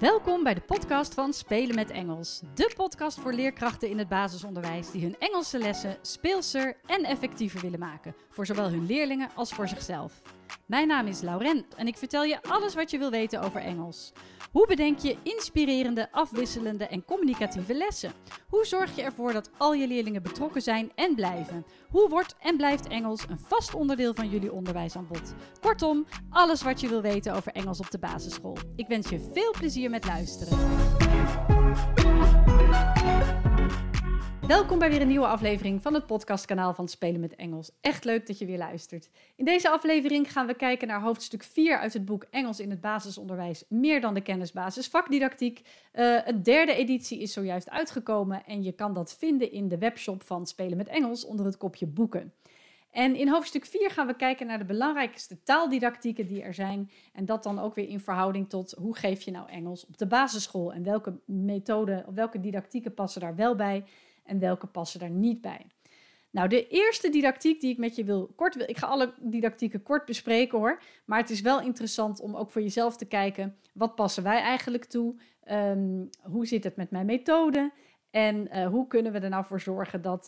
Welkom bij de podcast van Spelen met Engels. De podcast voor leerkrachten in het basisonderwijs die hun Engelse lessen speelser en effectiever willen maken. Voor zowel hun leerlingen als voor zichzelf. Mijn naam is Lauren en ik vertel je alles wat je wil weten over Engels. Hoe bedenk je inspirerende, afwisselende en communicatieve lessen? Hoe zorg je ervoor dat al je leerlingen betrokken zijn en blijven? Hoe wordt en blijft Engels een vast onderdeel van jullie onderwijsaanbod? Kortom, alles wat je wil weten over Engels op de basisschool. Ik wens je veel plezier met luisteren. Welkom bij weer een nieuwe aflevering van het podcastkanaal van Spelen met Engels. Echt leuk dat je weer luistert. In deze aflevering gaan we kijken naar hoofdstuk 4 uit het boek Engels in het basisonderwijs. Meer dan de kennisbasis vakdidactiek. Een derde editie is zojuist uitgekomen en je kan dat vinden in de webshop van Spelen met Engels onder het kopje boeken. En in hoofdstuk 4 gaan we kijken naar de belangrijkste taaldidactieken die er zijn. En dat dan ook weer in verhouding tot hoe geef je nou Engels op de basisschool. En welke methoden of welke didactieken passen daar wel bij en welke passen daar niet bij. Nou, de eerste didactiek die ik met je wil ik ga alle didactieken kort bespreken hoor. Maar het is wel interessant om ook voor jezelf te kijken, wat passen wij eigenlijk toe? Hoe zit het met mijn methode? En hoe kunnen we er nou voor zorgen dat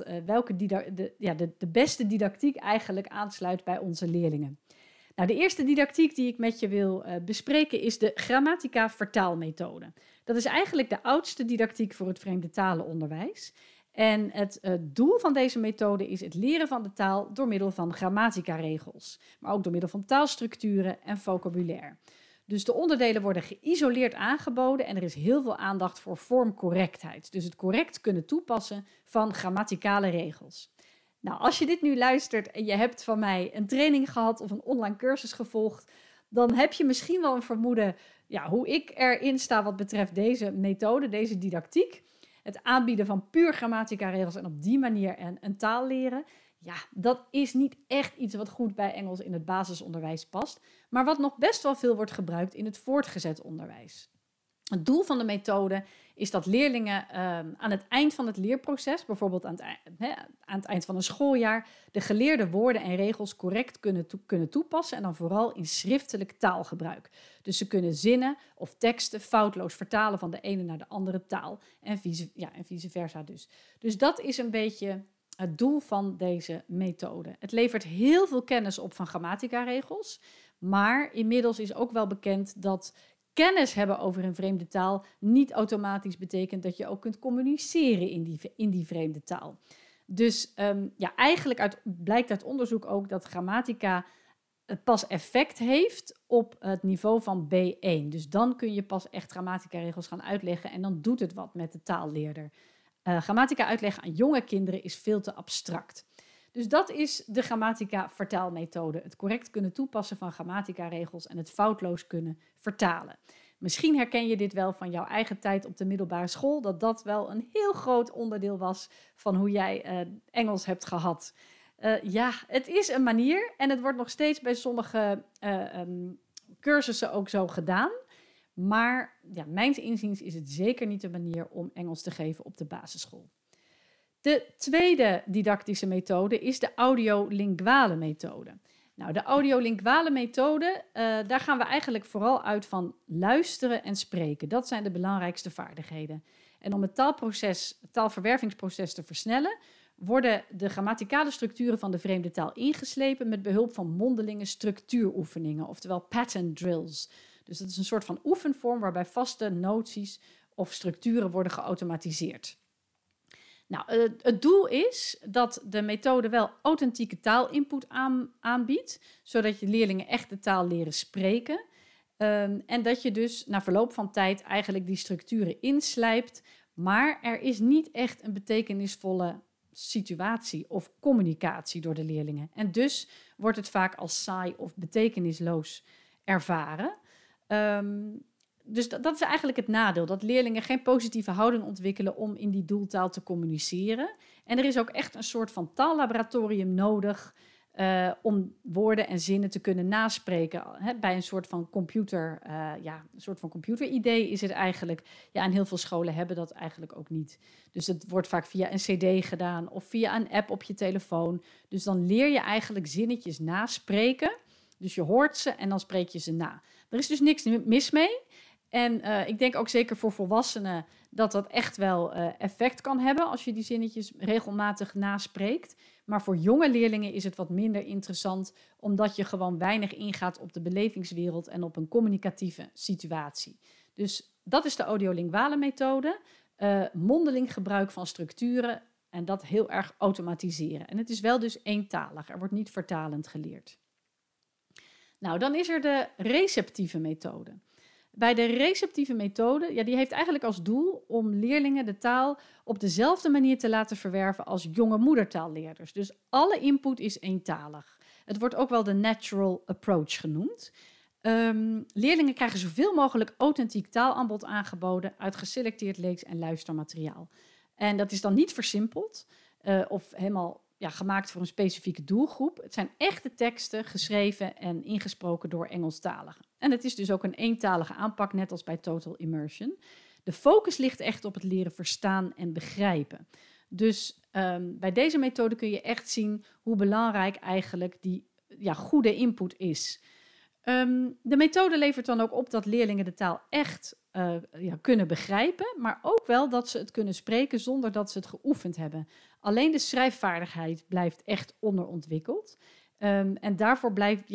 de beste didactiek eigenlijk aansluit bij onze leerlingen? Nou, de eerste didactiek die ik met je wil bespreken is de grammatica-vertaalmethode. Dat is eigenlijk de oudste didactiek voor het vreemde talenonderwijs. En het doel van deze methode is het leren van de taal door middel van grammatica-regels, maar ook door middel van taalstructuren en vocabulaire. Dus de onderdelen worden geïsoleerd aangeboden en er is heel veel aandacht voor vormcorrectheid. Dus het correct kunnen toepassen van grammaticale regels. Nou, als je dit nu luistert en je hebt van mij een training gehad of een online cursus gevolgd, dan heb je misschien wel een vermoeden hoe ik erin sta wat betreft deze methode, deze didactiek. Het aanbieden van puur grammatica-regels en op die manier een taal leren. Ja, dat is niet echt iets wat goed bij Engels in het basisonderwijs past, maar wat nog best wel veel wordt gebruikt in het voortgezet onderwijs. Het doel van de methode is dat leerlingen aan het eind van het leerproces, bijvoorbeeld aan het eind van een schooljaar, de geleerde woorden en regels correct kunnen toepassen en dan vooral in schriftelijk taalgebruik. Dus ze kunnen zinnen of teksten foutloos vertalen van de ene naar de andere taal en vice versa dus. Dus dat is een beetje het doel van deze methode. Het levert heel veel kennis op van grammatica-regels, maar inmiddels is ook wel bekend dat kennis hebben over een vreemde taal niet automatisch betekent dat je ook kunt communiceren in die vreemde taal. Dus eigenlijk blijkt uit onderzoek ook dat grammatica pas effect heeft op het niveau van B1. Dus dan kun je pas echt grammatica-regels gaan uitleggen en dan doet het wat met de taalleerder. Grammatica uitleggen aan jonge kinderen is veel te abstract. Dus dat is de grammatica-vertaalmethode. Het correct kunnen toepassen van grammatica-regels en het foutloos kunnen vertalen. Misschien herken je dit wel van jouw eigen tijd op de middelbare school, dat wel een heel groot onderdeel was van hoe jij Engels hebt gehad. Het is een manier en het wordt nog steeds bij sommige cursussen ook zo gedaan. Maar mijns inziens is het zeker niet de manier om Engels te geven op de basisschool. De tweede didactische methode is de audiolinguale methode. Nou, de audiolinguale methode, daar gaan we eigenlijk vooral uit van luisteren en spreken. Dat zijn de belangrijkste vaardigheden. En om het taalverwervingsproces te versnellen, worden de grammaticale structuren van de vreemde taal ingeslepen met behulp van mondelinge structuuroefeningen, oftewel pattern drills. Dus dat is een soort van oefenvorm waarbij vaste noties of structuren worden geautomatiseerd. Nou, het doel is dat de methode wel authentieke taalinput aanbiedt, zodat je leerlingen echt de taal leren spreken. En dat je dus na verloop van tijd eigenlijk die structuren inslijpt, maar er is niet echt een betekenisvolle situatie of communicatie door de leerlingen. En dus wordt het vaak als saai of betekenisloos ervaren. Dus dat is eigenlijk het nadeel, dat leerlingen geen positieve houding ontwikkelen om in die doeltaal te communiceren. En er is ook echt een soort van taallaboratorium nodig om woorden en zinnen te kunnen naspreken. Bij een soort van computeridee is het eigenlijk. Ja, en heel veel scholen hebben dat eigenlijk ook niet. Dus het wordt vaak via een cd gedaan of via een app op je telefoon. Dus dan leer je eigenlijk zinnetjes naspreken. Dus je hoort ze en dan spreek je ze na. Er is dus niks mis mee. En ik denk ook zeker voor volwassenen dat dat echt wel effect kan hebben als je die zinnetjes regelmatig naspreekt. Maar voor jonge leerlingen is het wat minder interessant, omdat je gewoon weinig ingaat op de belevingswereld en op een communicatieve situatie. Dus dat is de audiolinguale methode. Mondeling gebruik van structuren en dat heel erg automatiseren. En het is wel dus eentalig, er wordt niet vertalend geleerd. Nou, dan is er de receptieve methode. Bij de receptieve methode, ja, die heeft eigenlijk als doel om leerlingen de taal op dezelfde manier te laten verwerven als jonge moedertaalleerders. Dus alle input is eentalig. Het wordt ook wel de natural approach genoemd. Leerlingen krijgen zoveel mogelijk authentiek taalaanbod aangeboden uit geselecteerd lees- en luistermateriaal. En dat is dan niet versimpeld of helemaal gemaakt voor een specifieke doelgroep. Het zijn echte teksten, geschreven en ingesproken door Engelstaligen. En het is dus ook een eentalige aanpak, net als bij Total Immersion. De focus ligt echt op het leren verstaan en begrijpen. Dus bij deze methode kun je echt zien hoe belangrijk eigenlijk die goede input is. De methode levert dan ook op dat leerlingen de taal echt kunnen begrijpen, maar ook wel dat ze het kunnen spreken zonder dat ze het geoefend hebben. Alleen de schrijfvaardigheid blijft echt onderontwikkeld. En daarvoor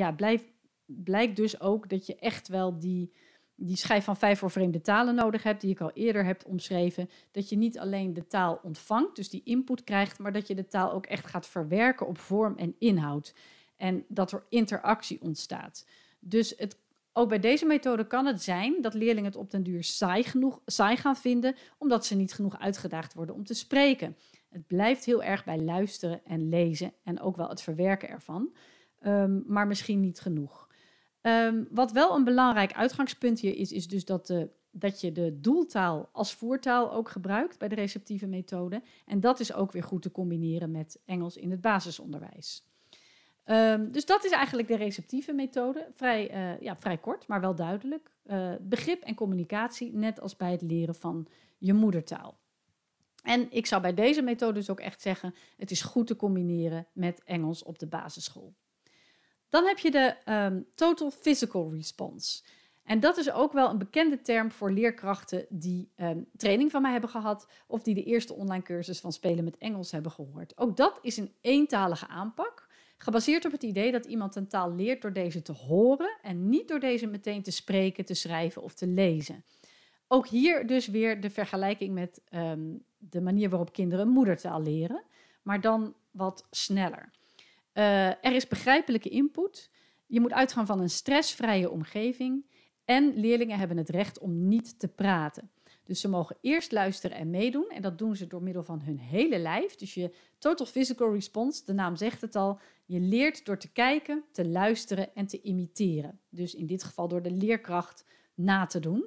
blijkt dus ook dat je echt wel die schijf van 5 voor vreemde talen nodig hebt, die ik al eerder heb omschreven. Dat je niet alleen de taal ontvangt, dus die input krijgt, maar dat je de taal ook echt gaat verwerken op vorm en inhoud. En dat er interactie ontstaat. Dus ook bij deze methode kan het zijn dat leerlingen het op den duur saai gaan vinden, omdat ze niet genoeg uitgedaagd worden om te spreken. Het blijft heel erg bij luisteren en lezen en ook wel het verwerken ervan, maar misschien niet genoeg. Wat wel een belangrijk uitgangspunt hier is dus dat je de doeltaal als voertaal ook gebruikt bij de receptieve methode. En dat is ook weer goed te combineren met Engels in het basisonderwijs. Dus dat is eigenlijk de receptieve methode. Vrij kort, maar wel duidelijk. Begrip en communicatie, net als bij het leren van je moedertaal. En ik zou bij deze methode dus ook echt zeggen, het is goed te combineren met Engels op de basisschool. Dan heb je de Total Physical Response. En dat is ook wel een bekende term voor leerkrachten die training van mij hebben gehad of die de eerste online cursus van Spelen met Engels hebben gehoord. Ook dat is een eentalige aanpak, gebaseerd op het idee dat iemand een taal leert door deze te horen en niet door deze meteen te spreken, te schrijven of te lezen. Ook hier dus weer de vergelijking met de manier waarop kinderen moedertaal leren, maar dan wat sneller. Er is begrijpelijke input. Je moet uitgaan van een stressvrije omgeving. En leerlingen hebben het recht om niet te praten. Dus ze mogen eerst luisteren en meedoen. En dat doen ze door middel van hun hele lijf. Dus je Total Physical Response, de naam zegt het al. Je leert door te kijken, te luisteren en te imiteren. Dus in dit geval door de leerkracht na te doen.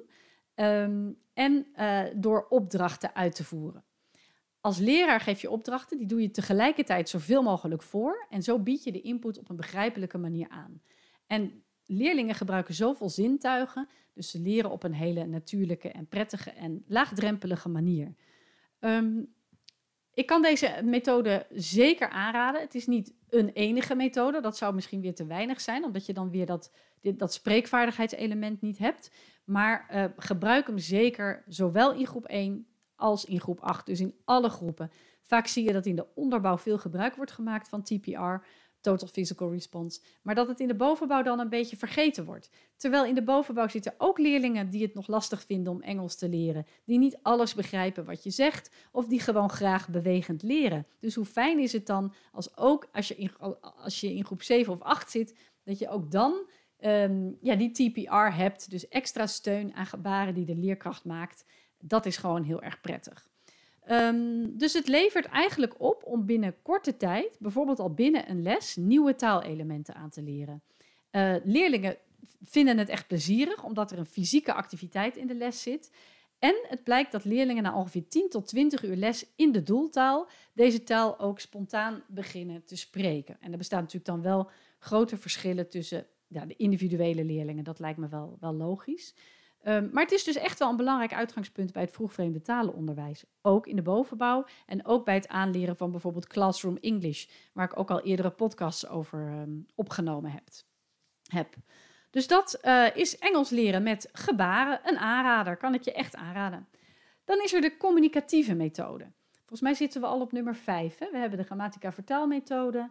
En door opdrachten uit te voeren. Als leraar geef je opdrachten, die doe je tegelijkertijd zoveel mogelijk voor. En zo bied je de input op een begrijpelijke manier aan. En leerlingen gebruiken zoveel zintuigen, dus ze leren op een hele natuurlijke en prettige en laagdrempelige manier. Ik kan deze methode zeker aanraden. Het is niet een enige methode, dat zou misschien weer te weinig zijn, omdat je dan weer dat spreekvaardigheidselement niet hebt. Maar gebruik hem zeker zowel in groep 1 als in groep 8, dus in alle groepen. Vaak zie je dat in de onderbouw veel gebruik wordt gemaakt van TPR, Total Physical Response, maar dat het in de bovenbouw dan een beetje vergeten wordt. Terwijl in de bovenbouw zitten ook leerlingen die het nog lastig vinden om Engels te leren, die niet alles begrijpen wat je zegt of die gewoon graag bewegend leren. Dus hoe fijn is het dan als je in groep 7 of 8 zit, dat je ook dan die TPR hebt, dus extra steun aan gebaren die de leerkracht maakt. Dat is gewoon heel erg prettig. Dus het levert eigenlijk op om binnen korte tijd, bijvoorbeeld al binnen een les, nieuwe taalelementen aan te leren. Leerlingen vinden het echt plezierig, omdat er een fysieke activiteit in de les zit. En het blijkt dat leerlingen na ongeveer 10 tot 20 uur les in de doeltaal deze taal ook spontaan beginnen te spreken. En er bestaan natuurlijk dan wel grote verschillen tussen de individuele leerlingen. Dat lijkt me wel logisch. Maar het is dus echt wel een belangrijk uitgangspunt bij het vroegvreemde talenonderwijs. Ook in de bovenbouw en ook bij het aanleren van bijvoorbeeld Classroom English, waar ik ook al eerdere podcasts over opgenomen heb. Dus dat is Engels leren met gebaren. Een aanrader, kan ik je echt aanraden. Dan is er de communicatieve methode. Volgens mij zitten we al op nummer 5. Hè? We hebben de grammatica-vertaalmethode,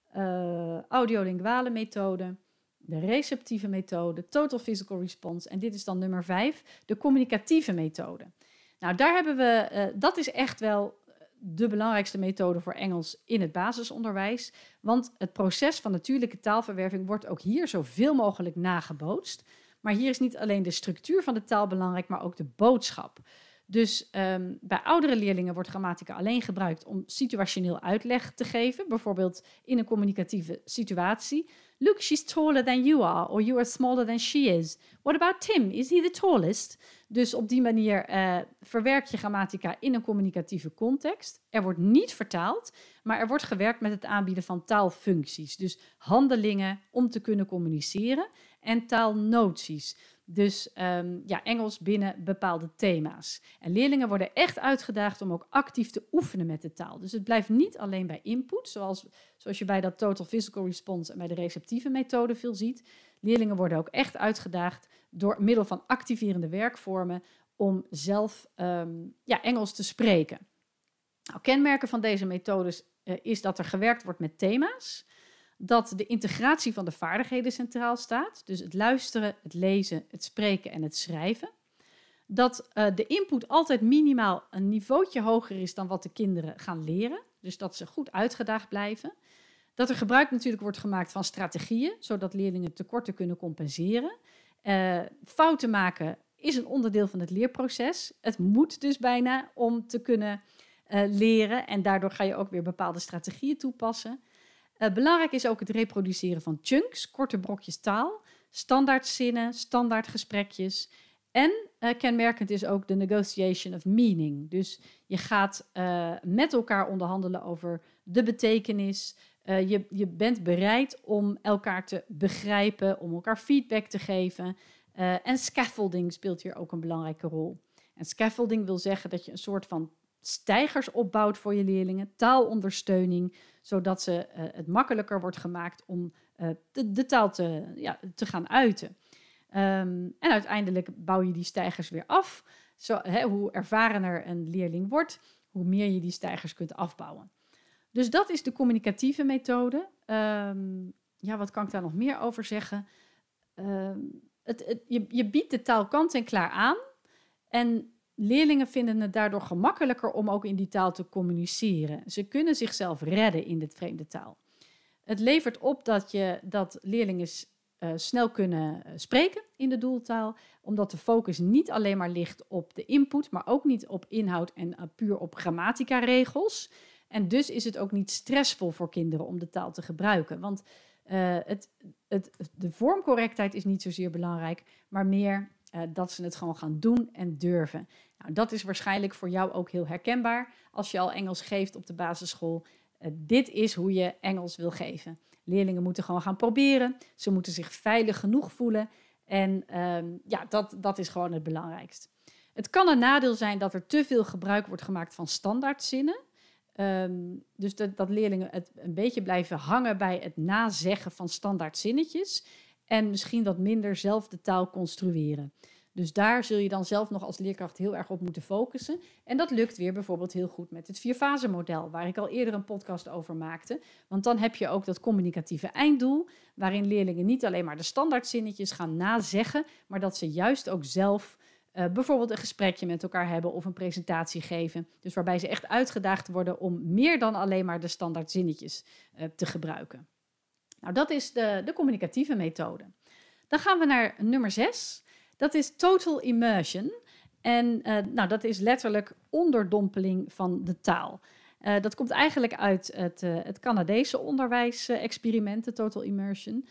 audiolinguale methode, de receptieve methode, total physical response. En dit is dan nummer 5, de communicatieve methode. Nou, daar hebben we, dat is echt wel de belangrijkste methode voor Engels in het basisonderwijs. Want het proces van natuurlijke taalverwerving wordt ook hier zoveel mogelijk nagebootst. Maar hier is niet alleen de structuur van de taal belangrijk, maar ook de boodschap. Dus bij oudere leerlingen wordt grammatica alleen gebruikt om situationeel uitleg te geven. Bijvoorbeeld in een communicatieve situatie. Look, she's taller than you are, or you are smaller than she is. What about Tim? Is he the tallest? Dus op die manier verwerk je grammatica in een communicatieve context. Er wordt niet vertaald, maar er wordt gewerkt met het aanbieden van taalfuncties. Dus handelingen om te kunnen communiceren en taalnoties. Dus Engels binnen bepaalde thema's. En leerlingen worden echt uitgedaagd om ook actief te oefenen met de taal. Dus het blijft niet alleen bij input, zoals je bij dat total physical response en bij de receptieve methode veel ziet. Leerlingen worden ook echt uitgedaagd door middel van activerende werkvormen om zelf Engels te spreken. Nou, kenmerken van deze methodes is dat er gewerkt wordt met thema's. Dat de integratie van de vaardigheden centraal staat. Dus het luisteren, het lezen, het spreken en het schrijven. Dat de input altijd minimaal een niveautje hoger is dan wat de kinderen gaan leren. Dus dat ze goed uitgedaagd blijven. Dat er gebruik natuurlijk wordt gemaakt van strategieën, zodat leerlingen tekorten kunnen compenseren. Fouten maken is een onderdeel van het leerproces. Het moet dus bijna om te kunnen leren. En daardoor ga je ook weer bepaalde strategieën toepassen. Belangrijk is ook het reproduceren van chunks, korte brokjes taal, standaardzinnen, standaardgesprekjes. En kenmerkend is ook de negotiation of meaning. Dus je gaat met elkaar onderhandelen over de betekenis. Je bent bereid om elkaar te begrijpen, om elkaar feedback te geven. En scaffolding speelt hier ook een belangrijke rol. En scaffolding wil zeggen dat je een soort van steigers opbouwt voor je leerlingen, taalondersteuning, zodat het makkelijker wordt gemaakt om de taal te gaan uiten. En uiteindelijk bouw je die steigers weer af. Hoe ervarener een leerling wordt, hoe meer je die steigers kunt afbouwen. Dus dat is de communicatieve methode. Wat kan ik daar nog meer over zeggen? Je biedt de taal kant en klaar aan. En leerlingen vinden het daardoor gemakkelijker om ook in die taal te communiceren. Ze kunnen zichzelf redden in dit vreemde taal. Het levert op dat leerlingen snel kunnen spreken in de doeltaal, omdat de focus niet alleen maar ligt op de input, maar ook niet op inhoud en puur op grammatica-regels. En dus is het ook niet stressvol voor kinderen om de taal te gebruiken. Want de vormcorrectheid is niet zozeer belangrijk, maar meer dat ze het gewoon gaan doen en durven. Nou, dat is waarschijnlijk voor jou ook heel herkenbaar als je al Engels geeft op de basisschool. Dit is hoe je Engels wil geven. Leerlingen moeten gewoon gaan proberen. Ze moeten zich veilig genoeg voelen. En dat is gewoon het belangrijkst. Het kan een nadeel zijn dat er te veel gebruik wordt gemaakt van standaardzinnen. Dus dat leerlingen het een beetje blijven hangen bij het nazeggen van standaardzinnetjes. En misschien wat minder zelf de taal construeren. Dus daar zul je dan zelf nog als leerkracht heel erg op moeten focussen. En dat lukt weer bijvoorbeeld heel goed met het 4-fase-model, waar ik al eerder een podcast over maakte. Want dan heb je ook dat communicatieve einddoel, waarin leerlingen niet alleen maar de standaardzinnetjes gaan nazeggen, maar dat ze juist ook zelf bijvoorbeeld een gesprekje met elkaar hebben of een presentatie geven. Dus waarbij ze echt uitgedaagd worden om meer dan alleen maar de standaardzinnetjes te gebruiken. Nou, dat is de communicatieve methode. Dan gaan we naar nummer 6. Dat is total immersion. En dat is letterlijk onderdompeling van de taal. Dat komt eigenlijk uit het Canadese onderwijsexperiment, de total immersion.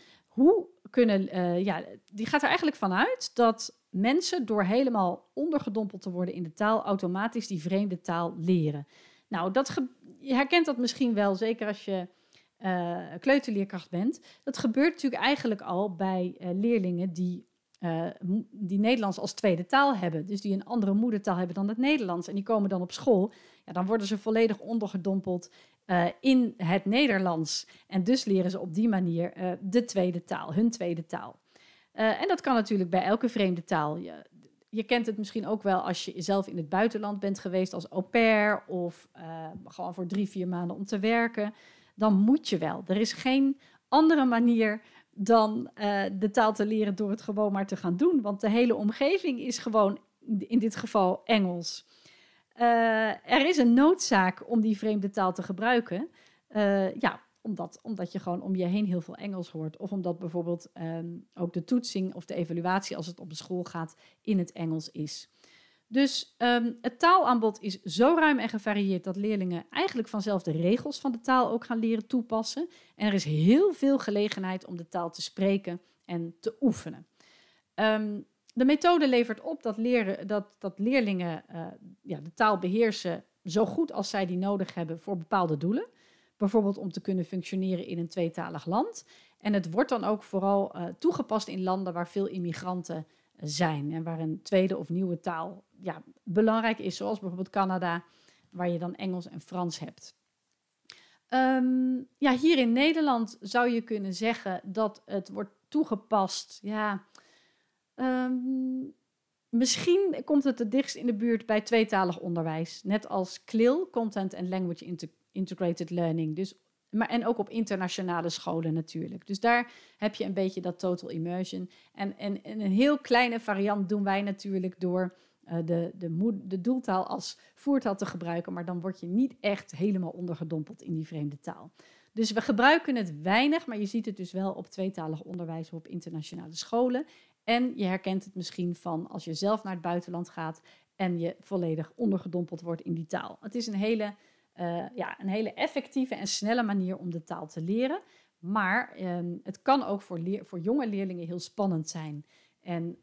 Die gaat er eigenlijk vanuit dat mensen door helemaal ondergedompeld te worden in de taal automatisch die vreemde taal leren. Nou, je herkent dat misschien wel, zeker als je kleuterleerkracht bent. Dat gebeurt natuurlijk eigenlijk al bij leerlingen die Nederlands als tweede taal hebben. Dus die een andere moedertaal hebben dan het Nederlands. En die komen dan op school. Ja, dan worden ze volledig ondergedompeld in het Nederlands. En dus leren ze op die manier de tweede taal, hun tweede taal. En dat kan natuurlijk bij elke vreemde taal. Je kent het misschien ook wel als je zelf in het buitenland bent geweest als au pair of gewoon voor 3-4 maanden om te werken. Dan moet je wel. Er is geen andere manier dan de taal te leren door het gewoon maar te gaan doen. Want de hele omgeving is gewoon in dit geval Engels. Er is een noodzaak om die vreemde taal te gebruiken. Omdat je gewoon om je heen heel veel Engels hoort. Of omdat bijvoorbeeld ook de toetsing of de evaluatie als het op de school gaat in het Engels is. Dus het taalaanbod is zo ruim en gevarieerd dat leerlingen eigenlijk vanzelf de regels van de taal ook gaan leren toepassen. En er is heel veel gelegenheid om de taal te spreken en te oefenen. De methode levert op dat leerlingen de taal beheersen zo goed als zij die nodig hebben voor bepaalde doelen. Bijvoorbeeld om te kunnen functioneren in een tweetalig land. En het wordt dan ook vooral toegepast in landen waar veel immigranten zijn. En waar een tweede of nieuwe taal belangrijk is. Zoals bijvoorbeeld Canada, waar je dan Engels en Frans hebt. Hier in Nederland zou je kunnen zeggen dat het wordt toegepast. Misschien komt het het dichtst in de buurt bij tweetalig onderwijs. Net als CLIL, Content and Language Integrated Learning. En ook op internationale scholen natuurlijk. Dus daar heb je een beetje dat total immersion. En een heel kleine variant doen wij natuurlijk door de doeltaal als voertaal te gebruiken. Maar dan word je niet echt helemaal ondergedompeld in die vreemde taal. Dus we gebruiken het weinig, maar je ziet het dus wel op tweetalig onderwijs of op internationale scholen. En je herkent het misschien van als je zelf naar het buitenland gaat en je volledig ondergedompeld wordt in die taal. Het is een hele effectieve en snelle manier om de taal te leren. Maar het kan ook voor jonge leerlingen heel spannend zijn. En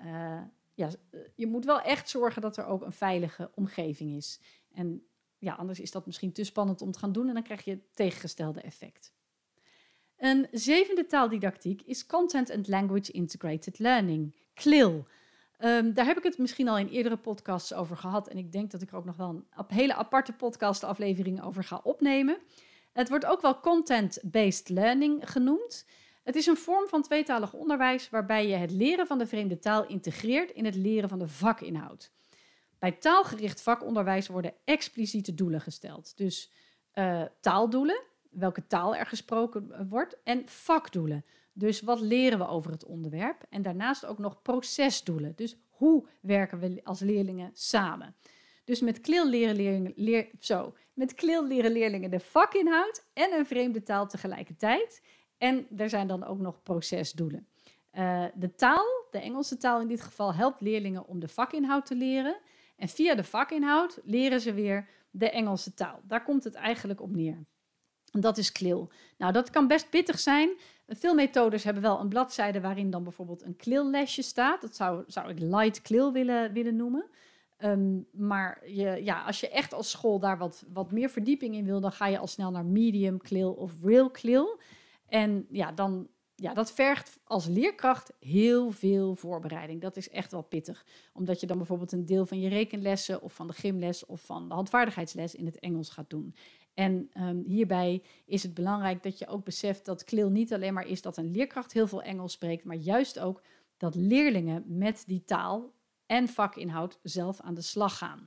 je moet wel echt zorgen dat er ook een veilige omgeving is. En anders is dat misschien te spannend om te gaan doen en dan krijg je het tegengestelde effect. Een 7e taaldidactiek is Content and Language Integrated Learning, CLIL. Daar heb ik het misschien al in eerdere podcasts over gehad. En ik denk dat ik er ook nog wel een hele aparte podcastaflevering over ga opnemen. Het wordt ook wel content-based learning genoemd. Het is een vorm van tweetalig onderwijs waarbij je het leren van de vreemde taal integreert in het leren van de vakinhoud. Bij taalgericht vakonderwijs worden expliciete doelen gesteld. Dus taaldoelen, welke taal er gesproken wordt, en vakdoelen. Dus wat leren we over het onderwerp? En daarnaast ook nog procesdoelen. Dus hoe werken we als leerlingen samen? Dus met CLIL leren leerlingen de vakinhoud en een vreemde taal tegelijkertijd. En er zijn dan ook nog procesdoelen. De taal, de Engelse taal in dit geval, helpt leerlingen om de vakinhoud te leren. En via de vakinhoud leren ze weer de Engelse taal. Daar komt het eigenlijk op neer. En dat is CLIL. Nou, dat kan best pittig zijn. Veel methodes hebben wel een bladzijde waarin dan bijvoorbeeld een CLIL-lesje staat. Dat zou ik light CLIL willen noemen. Maar als je echt als school daar wat meer verdieping in wil, dan ga je al snel naar medium CLIL of real CLIL. En dat vergt als leerkracht heel veel voorbereiding. Dat is echt wel pittig. Omdat je dan bijvoorbeeld een deel van je rekenlessen of van de gymles of van de handvaardigheidsles in het Engels gaat doen. En hierbij is het belangrijk dat je ook beseft dat CLIL niet alleen maar is dat een leerkracht heel veel Engels spreekt, maar juist ook dat leerlingen met die taal en vakinhoud zelf aan de slag gaan.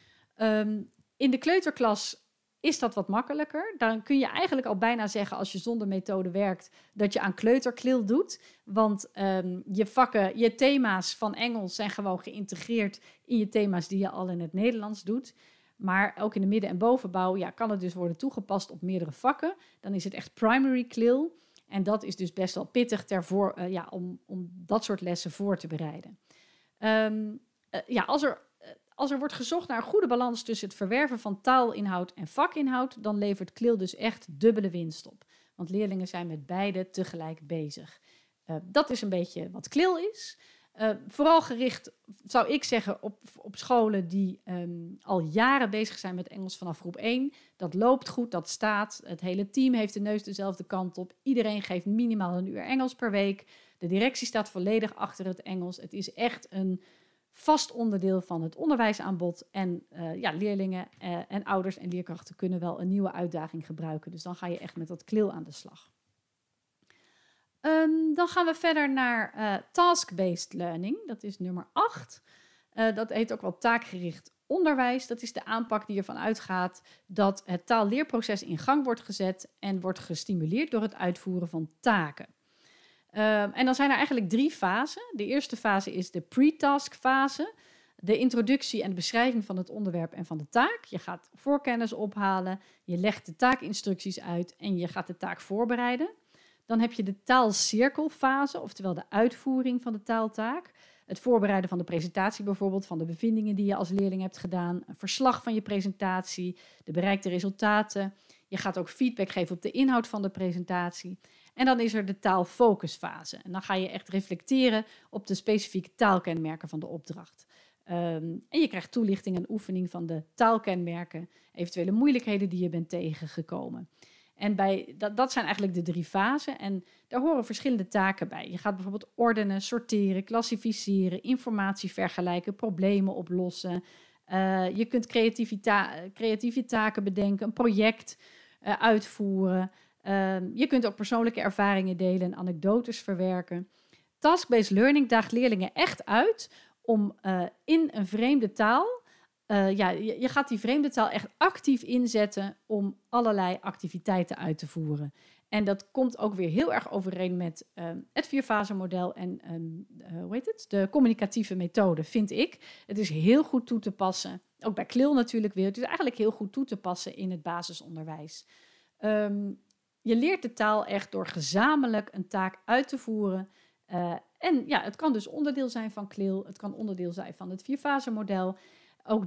In de kleuterklas is dat wat makkelijker. Dan kun je eigenlijk al bijna zeggen, als je zonder methode werkt, dat je aan kleuterklil doet. Want je thema's van Engels zijn gewoon geïntegreerd in je thema's die je al in het Nederlands doet. Maar ook in de midden- en bovenbouw kan het dus worden toegepast op meerdere vakken. Dan is het echt primary CLIL. En dat is dus best wel pittig om dat soort lessen voor te bereiden. Als er wordt gezocht naar een goede balans tussen het verwerven van taalinhoud en vakinhoud, dan levert CLIL dus echt dubbele winst op. Want leerlingen zijn met beide tegelijk bezig. Dat is een beetje wat CLIL is. Vooral gericht, zou ik zeggen, op scholen die al jaren bezig zijn met Engels vanaf groep 1. Dat loopt goed, dat staat. Het hele team heeft de neus dezelfde kant op. Iedereen geeft minimaal 1 uur Engels per week. De directie staat volledig achter het Engels. Het is echt een vast onderdeel van het onderwijsaanbod. En leerlingen en ouders en leerkrachten kunnen wel een nieuwe uitdaging gebruiken. Dus dan ga je echt met dat CLIL aan de slag. Dan gaan we verder naar task-based learning. Dat is nummer 8. Dat heet ook wel taakgericht onderwijs. Dat is de aanpak die ervan uitgaat dat het taalleerproces in gang wordt gezet en wordt gestimuleerd door het uitvoeren van taken. En dan zijn er eigenlijk 3 fasen. De eerste fase is de pre-task fase. De introductie en de beschrijving van het onderwerp en van de taak. Je gaat voorkennis ophalen, je legt de taakinstructies uit en je gaat de taak voorbereiden. Dan heb je de taalcirkelfase, oftewel de uitvoering van de taaltaak. Het voorbereiden van de presentatie bijvoorbeeld, van de bevindingen die je als leerling hebt gedaan. Een verslag van je presentatie, de bereikte resultaten. Je gaat ook feedback geven op de inhoud van de presentatie. En dan is er de taalfocusfase. En dan ga je echt reflecteren op de specifieke taalkenmerken van de opdracht. En je krijgt toelichting en oefening van de taalkenmerken, eventuele moeilijkheden die je bent tegengekomen. En dat zijn eigenlijk de 3 fasen en daar horen verschillende taken bij. Je gaat bijvoorbeeld ordenen, sorteren, klassificeren, informatie vergelijken, problemen oplossen. Je kunt creatieve taken bedenken, een project uitvoeren. Je kunt ook persoonlijke ervaringen delen en anekdotes verwerken. Task-based learning daagt leerlingen echt uit om in een vreemde taal, je gaat die vreemde taal echt actief inzetten om allerlei activiteiten uit te voeren. En dat komt ook weer heel erg overeen met het 4-fase-model en de communicatieve methode, vind ik. Het is heel goed toe te passen, ook bij CLIL natuurlijk weer. Het is eigenlijk heel goed toe te passen in het basisonderwijs. Je leert de taal echt door gezamenlijk een taak uit te voeren. En ja, het kan dus onderdeel zijn van CLIL. Het kan onderdeel zijn van het 4-fase-model. Ook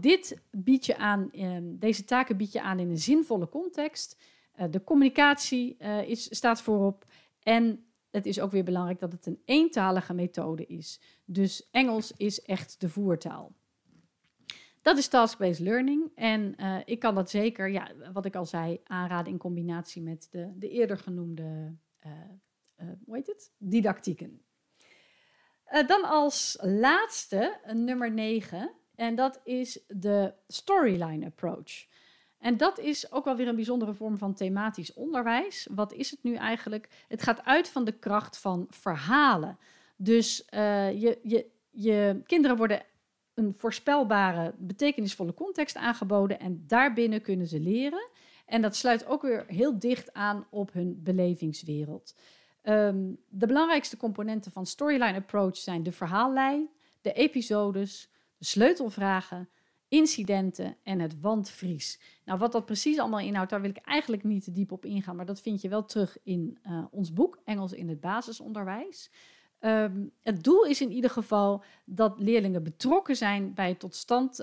deze taken bied je aan in een zinvolle context. De communicatie staat voorop. En het is ook weer belangrijk dat het een eentalige methode is. Dus Engels is echt de voertaal. Dat is task-based learning. En ik kan dat zeker, wat ik al zei, aanraden in combinatie met de eerder genoemde didactieken. Dan als laatste, nummer 9. En dat is de storyline approach. En dat is ook wel weer een bijzondere vorm van thematisch onderwijs. Wat is het nu eigenlijk? Het gaat uit van de kracht van verhalen. Dus je kinderen worden een voorspelbare, betekenisvolle context aangeboden en daarbinnen kunnen ze leren. En dat sluit ook weer heel dicht aan op hun belevingswereld. De belangrijkste componenten van storyline approach zijn de verhaallijn, de episodes, de sleutelvragen, incidenten en het wandvries. Nou, wat dat precies allemaal inhoudt, daar wil ik eigenlijk niet te diep op ingaan, maar dat vind je wel terug in ons boek Engels in het basisonderwijs. Het doel is in ieder geval dat leerlingen betrokken zijn bij het tot stand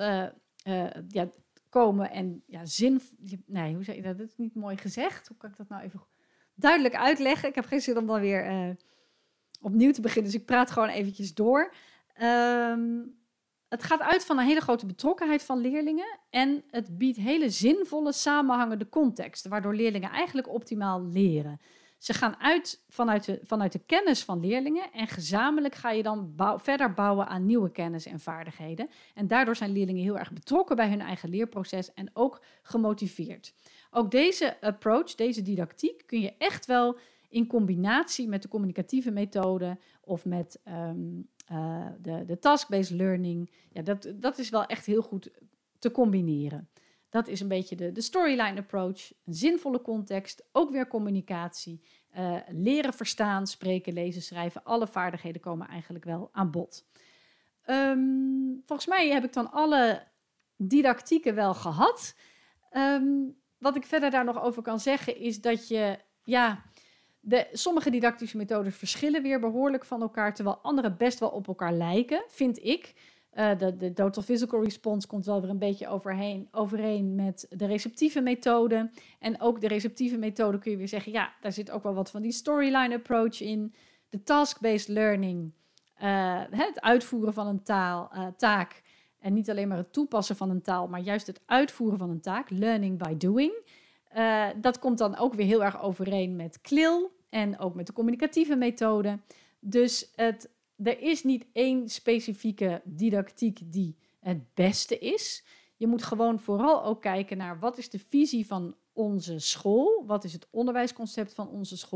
komen en hoe zeg je dat? Dat is niet mooi gezegd. Hoe kan ik dat nou even duidelijk uitleggen? Ik heb geen zin om dan weer opnieuw te beginnen, dus ik praat gewoon eventjes door. Het gaat uit van een hele grote betrokkenheid van leerlingen en het biedt hele zinvolle, samenhangende contexten, waardoor leerlingen eigenlijk optimaal leren. Ze gaan uit vanuit de kennis van leerlingen en gezamenlijk ga je dan verder bouwen aan nieuwe kennis en vaardigheden. En daardoor zijn leerlingen heel erg betrokken bij hun eigen leerproces en ook gemotiveerd. Ook deze approach, deze didactiek, kun je echt wel in combinatie met de communicatieve methode of met de task-based learning. Ja, dat is wel echt heel goed te combineren. Dat is een beetje de storyline approach. Een zinvolle context, ook weer communicatie. Leren verstaan, spreken, lezen, schrijven. Alle vaardigheden komen eigenlijk wel aan bod. Volgens mij heb ik dan alle didactieken wel gehad. Wat ik verder daar nog over kan zeggen is dat je... sommige didactische methodes verschillen weer behoorlijk van elkaar, terwijl andere best wel op elkaar lijken, vind ik. De Total Physical Response komt wel weer een beetje overeen met de receptieve methode. En ook de receptieve methode kun je weer zeggen, ja, daar zit ook wel wat van die storyline approach in. De task-based learning, het uitvoeren van een taak. En niet alleen maar het toepassen van een taal, maar juist het uitvoeren van een taak. Learning by doing. Dat komt dan ook weer heel erg overeen met CLIL en ook met de communicatieve methode. Dus er is niet één specifieke didactiek die het beste is. Je moet gewoon vooral ook kijken naar wat is de visie van onze school? Wat is het onderwijsconcept van onze school?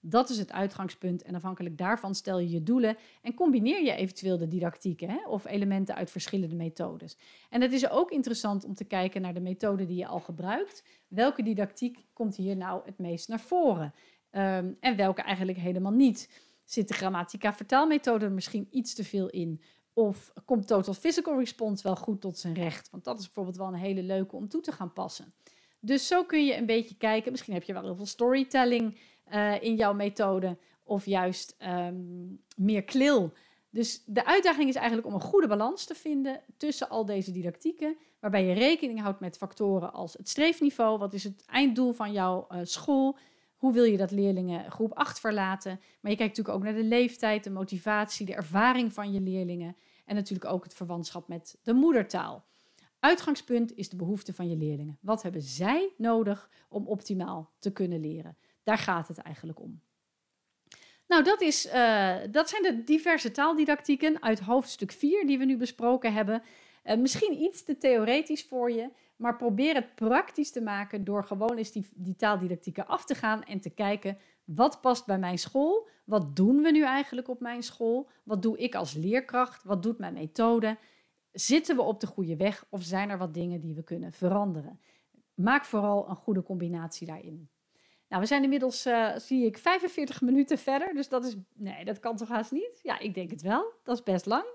Dat is het uitgangspunt en afhankelijk daarvan stel je je doelen en combineer je eventueel de didactieken of elementen uit verschillende methodes. En het is ook interessant om te kijken naar de methode die je al gebruikt. Welke didactiek komt hier nou het meest naar voren? En welke eigenlijk helemaal niet? Zit de grammatica-vertaalmethode er misschien iets te veel in? Of komt Total Physical Response wel goed tot zijn recht? Want dat is bijvoorbeeld wel een hele leuke om toe te gaan passen. Dus zo kun je een beetje kijken. Misschien heb je wel heel veel storytelling in jouw methode. Of juist meer klil. Dus de uitdaging is eigenlijk om een goede balans te vinden tussen al deze didactieken. Waarbij je rekening houdt met factoren als het streefniveau. Wat is het einddoel van jouw school? Hoe wil je dat leerlingen groep 8 verlaten? Maar je kijkt natuurlijk ook naar de leeftijd, de motivatie, de ervaring van je leerlingen. En natuurlijk ook het verwantschap met de moedertaal. Uitgangspunt is de behoefte van je leerlingen. Wat hebben zij nodig om optimaal te kunnen leren? Daar gaat het eigenlijk om. Nou, dat zijn de diverse taaldidactieken uit hoofdstuk 4 die we nu besproken hebben. Misschien iets te theoretisch voor je, maar probeer het praktisch te maken door gewoon eens die taaldidactieken af te gaan en te kijken, wat past bij mijn school? Wat doen we nu eigenlijk op mijn school? Wat doe ik als leerkracht? Wat doet mijn methode? Zitten we op de goede weg of zijn er wat dingen die we kunnen veranderen? Maak vooral een goede combinatie daarin. Nou, we zijn inmiddels, zie ik, 45 minuten verder. Dus dat kan toch haast niet? Ja, ik denk het wel. Dat is best lang.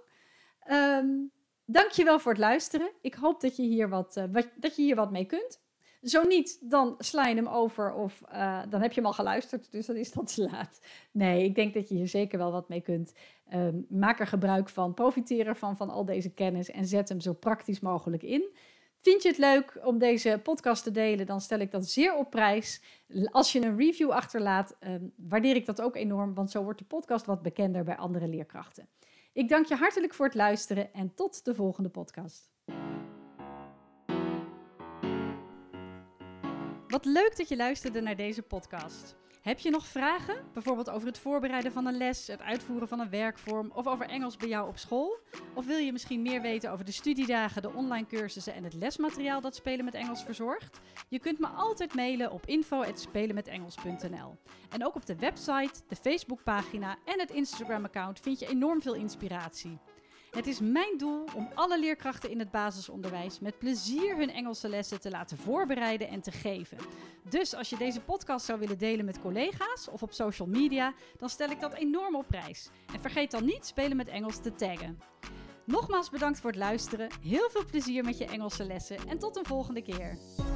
Dank je wel voor het luisteren. Ik hoop dat je hier wat mee kunt. Zo niet, dan sla je hem over of dan heb je hem al geluisterd. Dus dan is dat te laat. Nee, ik denk dat je hier zeker wel wat mee kunt. Maak er gebruik van, profiteer ervan van al deze kennis en zet hem zo praktisch mogelijk in. Vind je het leuk om deze podcast te delen, dan stel ik dat zeer op prijs. Als je een review achterlaat, waardeer ik dat ook enorm, want zo wordt de podcast wat bekender bij andere leerkrachten. Ik dank je hartelijk voor het luisteren en tot de volgende podcast. Wat leuk dat je luisterde naar deze podcast. Heb je nog vragen? Bijvoorbeeld over het voorbereiden van een les, het uitvoeren van een werkvorm of over Engels bij jou op school? Of wil je misschien meer weten over de studiedagen, de online cursussen en het lesmateriaal dat Spelen met Engels verzorgt? Je kunt me altijd mailen op info@spelenmetengels.nl. En ook op de website, de Facebookpagina en het Instagram-account vind je enorm veel inspiratie. Het is mijn doel om alle leerkrachten in het basisonderwijs met plezier hun Engelse lessen te laten voorbereiden en te geven. Dus als je deze podcast zou willen delen met collega's of op social media, dan stel ik dat enorm op prijs. En vergeet dan niet Spelen met Engels te taggen. Nogmaals bedankt voor het luisteren, heel veel plezier met je Engelse lessen en tot een volgende keer.